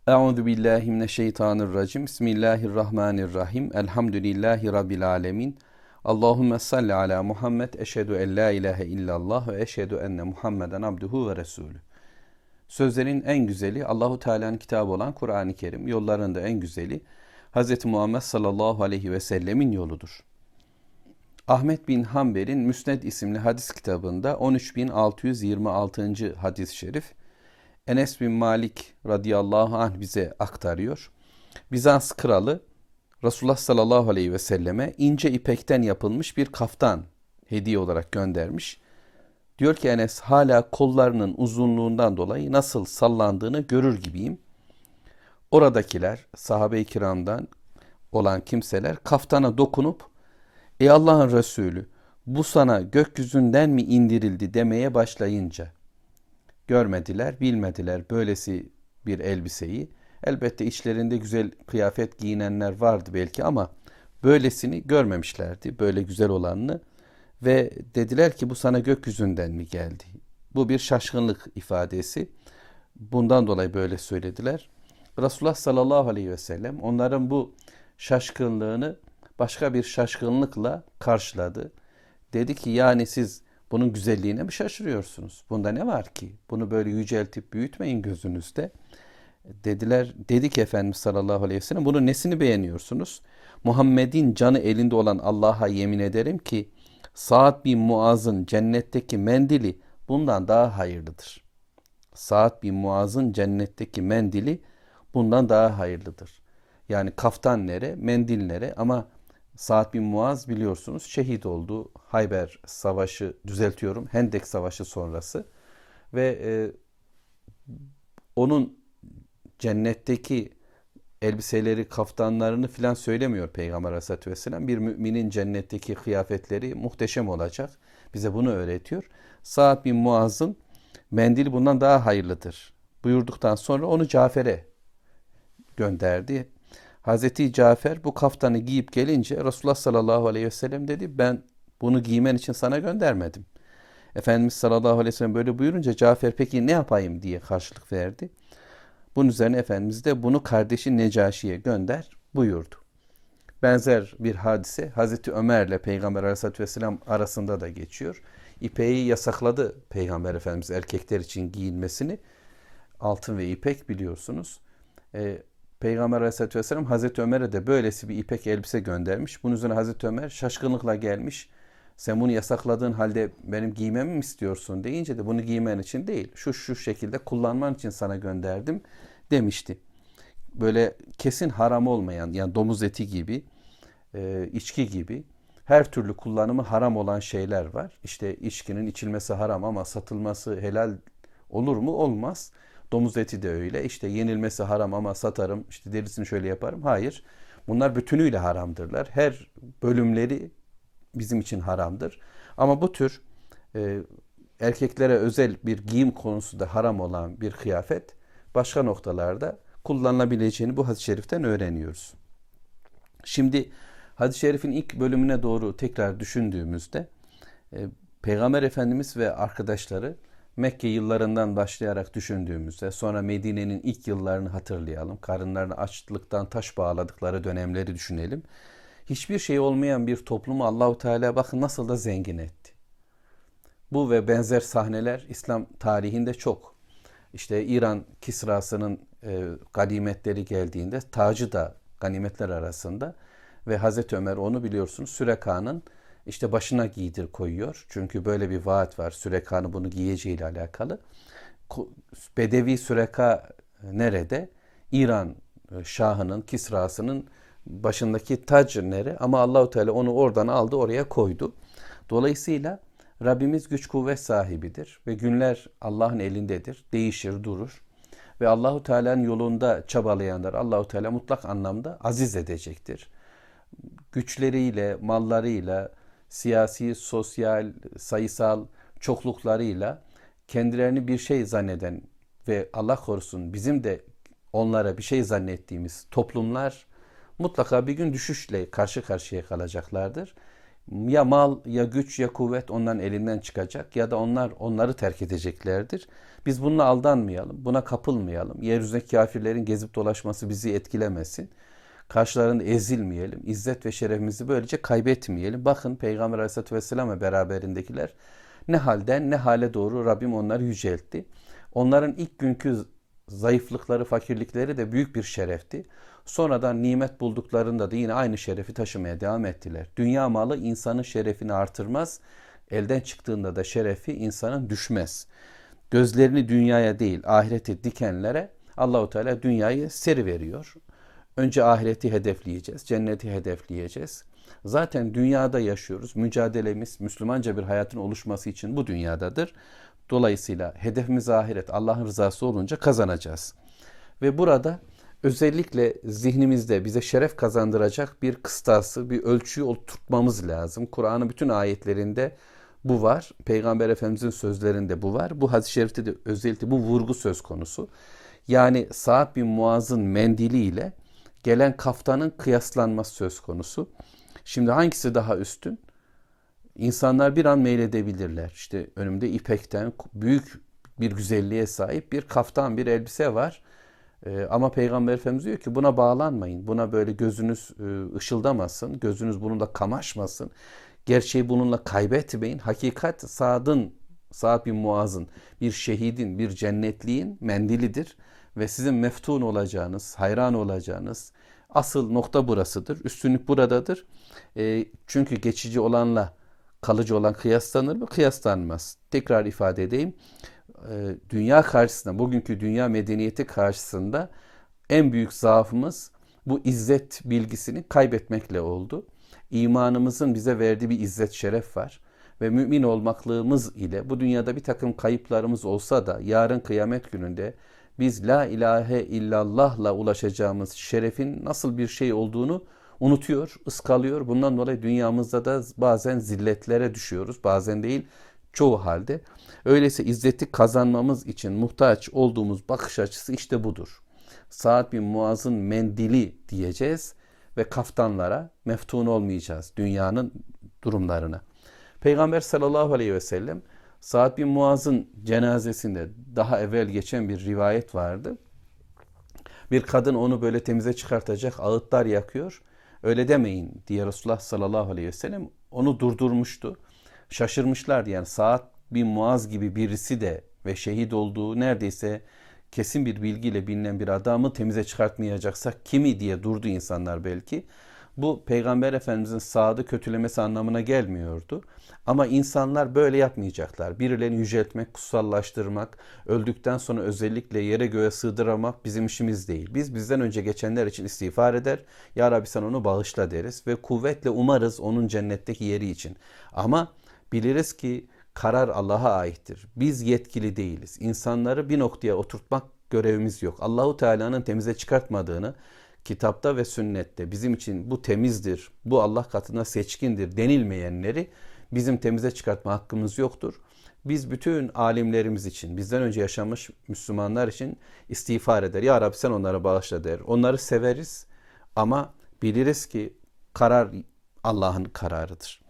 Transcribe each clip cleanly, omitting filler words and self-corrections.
Euzu billahi mineşşeytanirracim. Bismillahirrahmanirrahim. Elhamdülillahi rabbil alamin. Allahumme salli ala Muhammed. Eşhedü en la ilahe illallah ve eşhedü enne Muhammeden abduhu ve resulü. Sözlerin en güzeli Allahu Teala'nın kitabı olan Kur'an-ı Kerim. Yolların da en güzeli Hz. Muhammed sallallahu aleyhi ve sellemin yoludur. Ahmet bin Hanbel'in Müsned isimli hadis kitabında 13626. hadis-i şerif Enes bin Malik radıyallahu anh bize aktarıyor. Bizans kralı Resulullah sallallahu aleyhi ve selleme ince ipekten yapılmış bir kaftan hediye olarak göndermiş. Diyor ki Enes, hala kollarının uzunluğundan dolayı nasıl sallandığını görür gibiyim. Oradakiler, sahabe-i kiramdan olan kimseler kaftana dokunup ey Allah'ın Resulü, bu sana gökyüzünden mi indirildi demeye başlayınca görmediler, bilmediler böylesi bir elbiseyi. Elbette içlerinde güzel kıyafet giyinenler vardı belki ama böylesini görmemişlerdi, böyle güzel olanını. Ve dediler ki bu sana gökyüzünden mi geldi? Bu bir şaşkınlık ifadesi. Bundan dolayı böyle söylediler. Resulullah sallallahu aleyhi ve sellem onların bu şaşkınlığını başka bir şaşkınlıkla karşıladı. Dedi ki yani siz bunun güzelliğine mi şaşırıyorsunuz? Bunda ne var ki? Bunu böyle yüceltip büyütmeyin gözünüzde. Dediler, dedi ki Efendimiz sallallahu aleyhi ve sellem bunun nesini beğeniyorsunuz? Muhammed'in canı elinde olan Allah'a yemin ederim ki Sa'd bin Muaz'ın cennetteki mendili bundan daha hayırlıdır. Sa'd bin Muaz'ın cennetteki mendili bundan daha hayırlıdır. Yani kaftan nere, mendil nere, ama Sa'd bin Muaz biliyorsunuz şehit oldu. Hayber Savaşı, düzeltiyorum, Hendek Savaşı sonrası ve onun cennetteki elbiseleri, kaftanlarını filan söylemiyor Peygamber Aleyhisselatü Vesselam. Bir müminin cennetteki kıyafetleri muhteşem olacak. Bize bunu öğretiyor. Sa'd bin Muaz'ın mendili bundan daha hayırlıdır buyurduktan sonra onu Cafer'e gönderdi. Hazreti Cafer bu kaftanı giyip gelince Resulullah sallallahu aleyhi ve sellem dedi ben bunu giymen için sana göndermedim. Efendimiz sallallahu aleyhi ve sellem böyle buyurunca Cafer peki ne yapayım diye karşılık verdi. Bunun üzerine Efendimiz de bunu kardeşi Necaşi'ye gönder buyurdu. Benzer bir hadise Hazreti Ömer ile Peygamber Aleyhisselatü Vesselam arasında da geçiyor. İpeği yasakladı Peygamber Efendimiz erkekler için giyinmesini. Altın ve ipek biliyorsunuz. Peygamber Aleyhisselatü Vesselam Hazreti Ömer'e de böylesi bir ipek elbise göndermiş. Bunun üzerine Hazreti Ömer şaşkınlıkla gelmiş. Sen bunu yasakladığın halde benim giymemi mi istiyorsun deyince de bunu giymen için değil, şu şekilde kullanman için sana gönderdim demişti. Böyle kesin haram olmayan, yani domuz eti gibi, içki gibi her türlü kullanımı haram olan şeyler var. İşte içkinin içilmesi haram ama satılması helal olur mu? Olmaz. Domuz eti de öyle. İşte yenilmesi haram ama satarım, işte derisini şöyle yaparım. Hayır. Bunlar bütünüyle haramdırlar. Her bölümleri bizim için haramdır. Ama bu tür erkeklere özel bir giyim konusu da haram olan bir kıyafet başka noktalarda kullanılabileceğini bu hadis-i şeriften öğreniyoruz. Şimdi hadis-i şerifin ilk bölümüne doğru tekrar düşündüğümüzde Peygamber Efendimiz ve arkadaşları Mekke yıllarından başlayarak düşündüğümüzde sonra Medine'nin ilk yıllarını hatırlayalım. Karınlarını açlıktan taş bağladıkları dönemleri düşünelim. Hiçbir şey olmayan bir toplumu Allahu Teala bakın nasıl da zengin etti. Bu ve benzer sahneler İslam tarihinde çok. İşte İran Kisrası'nın ganimetleri geldiğinde tacı da ganimetler arasında ve Hazreti Ömer onu biliyorsunuz Süreka'nın işte başına giydir koyuyor. Çünkü böyle bir vaat var. Süreka'nın bunu giyeceğiyle alakalı. Bedevi Süreka nerede? İran Şahı'nın, Kisrası'nın başındaki tac nere? Ama Allahu Teala onu oradan aldı, oraya koydu. Dolayısıyla Rabbimiz güç kuvvet sahibidir ve günler Allah'ın elindedir. Değişir, durur. Ve Allahu Teala'nın yolunda çabalayanlar Allahu Teala mutlak anlamda aziz edecektir. Güçleriyle, mallarıyla, siyasi, sosyal, sayısal çokluklarıyla kendilerini bir şey zanneden ve Allah korusun bizim de onlara bir şey zannettiğimiz toplumlar mutlaka bir gün düşüşle karşı karşıya kalacaklardır. Ya mal, ya güç, ya kuvvet onların elinden çıkacak ya da onlar onları terk edeceklerdir. Biz bununla aldanmayalım, buna kapılmayalım. Yeryüzündeki kafirlerin gezip dolaşması bizi etkilemesin. Karşılarında ezilmeyelim. İzzet ve şerefimizi böylece kaybetmeyelim. Bakın Peygamber Aleyhisselatü Vesselam ve beraberindekiler ne halden ne hale doğru Rabbim onları yüceltti. Onların ilk günkü zayıflıkları, fakirlikleri de büyük bir şerefti. Sonradan nimet bulduklarında da yine aynı şerefi taşımaya devam ettiler. Dünya malı insanın şerefini artırmaz. Elden çıktığında da şerefi insanın düşmez. Gözlerini dünyaya değil ahirete dikenlere Allahu Teala dünyayı seri veriyor. Önce ahireti hedefleyeceğiz, cenneti hedefleyeceğiz. Zaten dünyada yaşıyoruz. Mücadelemiz Müslümanca bir hayatın oluşması için bu dünyadadır. Dolayısıyla hedefimiz ahiret. Allah'ın rızası olunca kazanacağız. Ve burada özellikle zihnimizde bize şeref kazandıracak bir kıstası, bir ölçüyü oturtmamız lazım. Kur'an'ın bütün ayetlerinde bu var. Peygamber Efendimizin sözlerinde bu var. Bu hadis-i şerifte de özellikle bu vurgu söz konusu. Yani Sa'd bin Muaz'ın mendiliyle gelen kaftanın kıyaslanması söz konusu. Şimdi hangisi daha üstün? İnsanlar bir an meyledebilirler. İşte önümde ipekten büyük bir güzelliğe sahip bir kaftan, bir elbise var. Ama Peygamber Efendimiz diyor ki buna bağlanmayın. Buna böyle gözünüz ışıldamasın. Gözünüz bununla kamaşmasın. Gerçeği bununla kaybetmeyin. Hakikat Sa'd bin Muaz'ın, bir şehidin, bir cennetliğin mendilidir. Ve sizin meftun olacağınız, hayran olacağınız asıl nokta burasıdır. Üstünlük buradadır. Çünkü geçici olanla kalıcı olan kıyaslanır mı? Kıyaslanmaz. Tekrar ifade edeyim. Dünya karşısında, bugünkü dünya medeniyeti karşısında en büyük zaafımız bu izzet bilgisini kaybetmekle oldu. İmanımızın bize verdiği bir izzet şeref var. Ve mümin olmaklığımız ile bu dünyada bir takım kayıplarımız olsa da yarın kıyamet gününde biz la ilahe illallah'la ulaşacağımız şerefin nasıl bir şey olduğunu unutuyor, ıskalıyor. Bundan dolayı dünyamızda da bazen zilletlere düşüyoruz. Bazen değil, çoğu halde. Öyleyse izzeti kazanmamız için muhtaç olduğumuz bakış açısı işte budur. Sa'd bin Muaz'ın mendili diyeceğiz ve kaftanlara meftun olmayacağız dünyanın durumlarına. Peygamber sallallahu aleyhi ve sellem Sa'd bin Muaz'ın cenazesinde daha evvel geçen bir rivayet vardı. Bir kadın onu böyle temize çıkartacak ağıtlar yakıyor. Öyle demeyin diye Resulullah sallallahu aleyhi ve sellem onu durdurmuştu. Şaşırmışlardı yani Sa'd bin Muaz gibi birisi de ve şehit olduğu neredeyse kesin bir bilgiyle bilinen bir adamı temize çıkartmayacaksak kimi diye durdu insanlar belki. Bu Peygamber Efendimizin Sa'd'ı kötülemesi anlamına gelmiyordu. Ama insanlar böyle yapmayacaklar. Birilerini yüceltmek, kutsallaştırmak, öldükten sonra özellikle yere göğe sığdıramak bizim işimiz değil. Biz bizden önce geçenler için istiğfar eder. Ya Rabbi sen onu bağışla deriz ve kuvvetle umarız onun cennetteki yeri için. Ama biliriz ki karar Allah'a aittir. Biz yetkili değiliz. İnsanları bir noktaya oturtmak görevimiz yok. Allahu Teala'nın temize çıkartmadığını kitapta ve sünnette bizim için bu temizdir, bu Allah katına seçkindir denilmeyenleri bizim temize çıkartma hakkımız yoktur. Biz bütün alimlerimiz için, bizden önce yaşamış Müslümanlar için istiğfar eder. Ya Rabbi sen onlara bağışla der. Onları severiz ama biliriz ki karar Allah'ın kararıdır.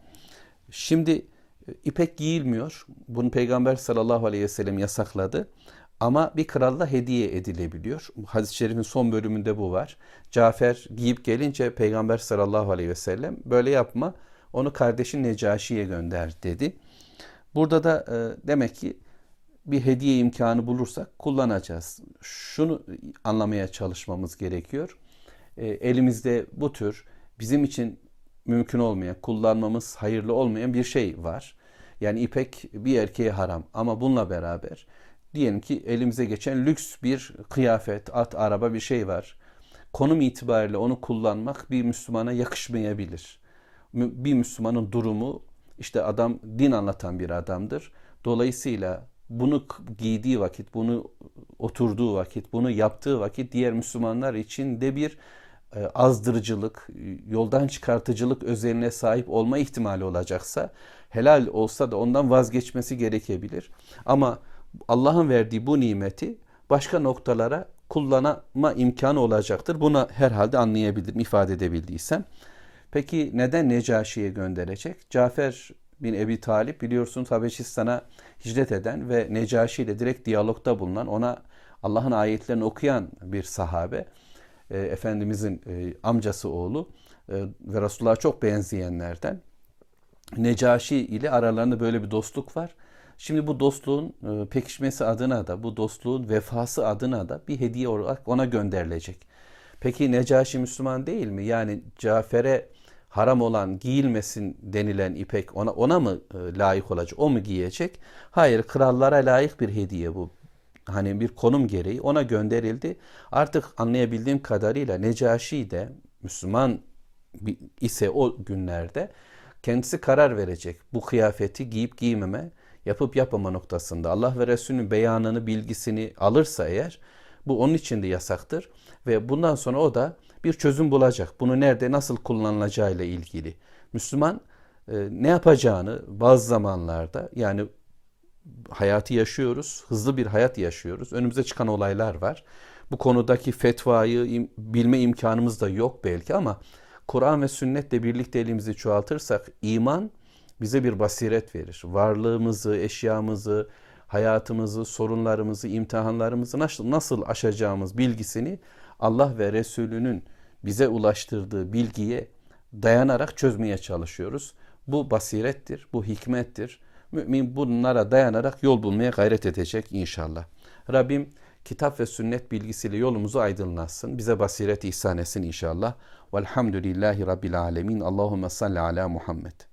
Şimdi ipek giyilmiyor. Bunu Peygamber sallallahu aleyhi ve sellem yasakladı. Ama bir kralla hediye edilebiliyor. Hadis-i şerifin son bölümünde bu var. Cafer giyip gelince Peygamber sallallahu aleyhi ve sellem böyle yapma, onu kardeşin Necaşi'ye gönder dedi. Burada da demek ki bir hediye imkanı bulursak kullanacağız. Şunu anlamaya çalışmamız gerekiyor. Elimizde bu tür bizim için mümkün olmayan, kullanmamız hayırlı olmayan bir şey var. Yani ipek bir erkeğe haram ama bununla beraber diyelim ki elimize geçen lüks bir kıyafet, at, araba bir şey var. Konum itibariyle onu kullanmak bir Müslümana yakışmayabilir. Bir Müslümanın durumu işte adam din anlatan bir adamdır. Dolayısıyla bunu giydiği vakit, bunu oturduğu vakit, bunu yaptığı vakit diğer Müslümanlar için de bir azdırıcılık, yoldan çıkartıcılık özeline sahip olma ihtimali olacaksa helal olsa da ondan vazgeçmesi gerekebilir. Ama Allah'ın verdiği bu nimeti başka noktalara kullanma imkanı olacaktır. Buna herhalde anlayabilirim ifade edebildiysem. Peki neden Necaşi'ye gönderecek? Cafer bin Ebi Talip biliyorsunuz Habeşistan'a hicret eden ve Necaşi ile direkt diyalogda bulunan, ona Allah'ın ayetlerini okuyan bir sahabe. Efendimizin amcası oğlu ve Resulullah'a çok benzeyenlerden. Necaşi ile aralarında böyle bir dostluk var. Şimdi bu dostluğun pekişmesi adına da, bu dostluğun vefası adına da bir hediye olarak ona gönderilecek. Peki Necaşi Müslüman değil mi? Yani Cafer'e haram olan giyilmesin denilen ipek ona mı layık olacak? O mu giyecek? Hayır, krallara layık bir hediye bu. Hani bir konum gereği ona gönderildi. Artık anlayabildiğim kadarıyla Necaşi de Müslüman ise o günlerde kendisi karar verecek. Bu kıyafeti giyip giymeme, yapıp yapmama noktasında Allah ve Resulünün beyanını, bilgisini alırsa eğer, bu onun için de yasaktır. Ve bundan sonra o da bir çözüm bulacak. Bunu nerede, nasıl kullanılacağıyla ilgili. Müslüman ne yapacağını bazı zamanlarda, yani hayatı yaşıyoruz, hızlı bir hayat yaşıyoruz. Önümüze çıkan olaylar var. Bu konudaki fetvayı bilme imkanımız da yok belki ama Kur'an ve sünnetle birlikte elimizi çoğaltırsak iman bize bir basiret verir. Varlığımızı, eşyamızı, hayatımızı, sorunlarımızı, imtihanlarımızı nasıl aşacağımız bilgisini Allah ve Resulünün bize ulaştırdığı bilgiye dayanarak çözmeye çalışıyoruz. Bu basirettir, bu hikmettir. Mümin bunlara dayanarak yol bulmaya gayret edecek inşallah. Rabbim kitap ve sünnet bilgisiyle yolumuzu aydınlatsın. Bize basiret ihsan etsin inşallah. Velhamdülillahi Rabbil alemin. Allahümme salli ala Muhammed.